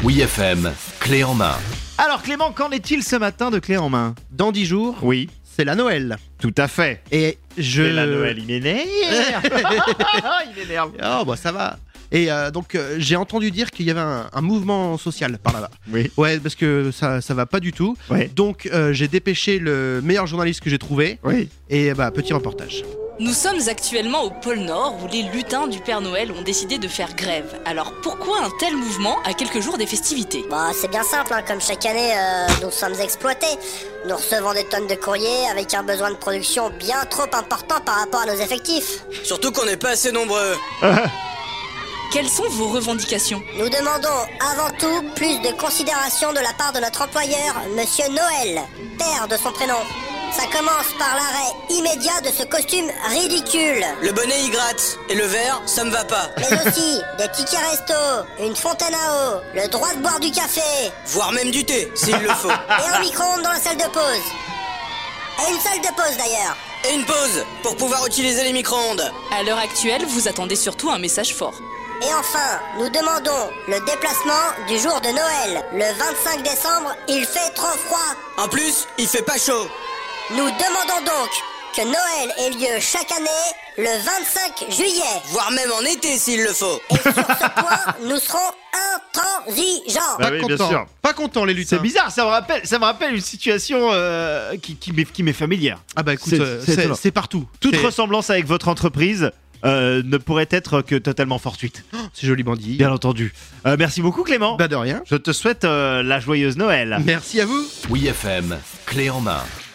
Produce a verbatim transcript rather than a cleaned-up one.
Oui F M, clé en main. Alors Clément, qu'en est-il ce matin de clé en main? Dans dix jours, Oui, c'est la Noël. tout à fait. Et je... Et la Noël, il m'énerve. Il m'énerve. Oh bah ça va. Et euh, donc euh, j'ai entendu dire qu'il y avait un, un mouvement social par là-bas. Oui. Ouais, parce que ça, ça va pas du tout. Ouais. Donc euh, j'ai dépêché le meilleur journaliste que j'ai trouvé. Oui. Et bah petit reportage. Nous sommes actuellement au pôle Nord où les lutins du Père Noël ont décidé de faire grève. Alors pourquoi un tel mouvement à quelques jours des festivités? Bah, c'est bien simple, hein. Comme chaque année, euh, nous sommes exploités. Nous recevons des tonnes de courriers avec un besoin de production bien trop important par rapport à nos effectifs. Surtout qu'on n'est pas assez nombreux. Quelles sont vos revendications? Nous demandons avant tout plus de considération de la part de notre employeur, Monsieur Noël, père de son prénom. Ça commence par l'arrêt immédiat de ce costume ridicule. Le bonnet y gratte, et le verre, ça me va pas. Mais aussi des tickets resto, une fontaine à eau, le droit de boire du café, Voire même du thé, s'il le faut. et un micro-ondes dans la salle de pause. Et une salle de pause d'ailleurs. Et une pause, pour pouvoir utiliser les micro-ondes. À l'heure actuelle, vous attendez surtout un message fort. Et enfin, nous demandons le déplacement du jour de Noël. Le vingt-cinq décembre, il fait trop froid. En plus, il fait pas chaud. Nous demandons donc que Noël ait lieu chaque année le vingt-cinq juillet. Voire même en été, s'il le faut. Et sur ce point, nous serons intransigeants. Bah Pas oui, bien content. sûr. Pas content les lutins. C'est bizarre, ça me rappelle, ça me rappelle une situation euh, qui, qui m'est, qui m'est familière. Ah bah écoute, C'est- euh, c'est c'est étonnant. c'est partout. Toute C'est- ressemblance avec votre entreprise euh, ne pourrait être que totalement fortuite. C'est joliment dit. Bien entendu. Euh, merci beaucoup Clément. Bah de rien. Je te souhaite euh, la joyeuse Noël. Merci à vous. Oui F M, clé en main.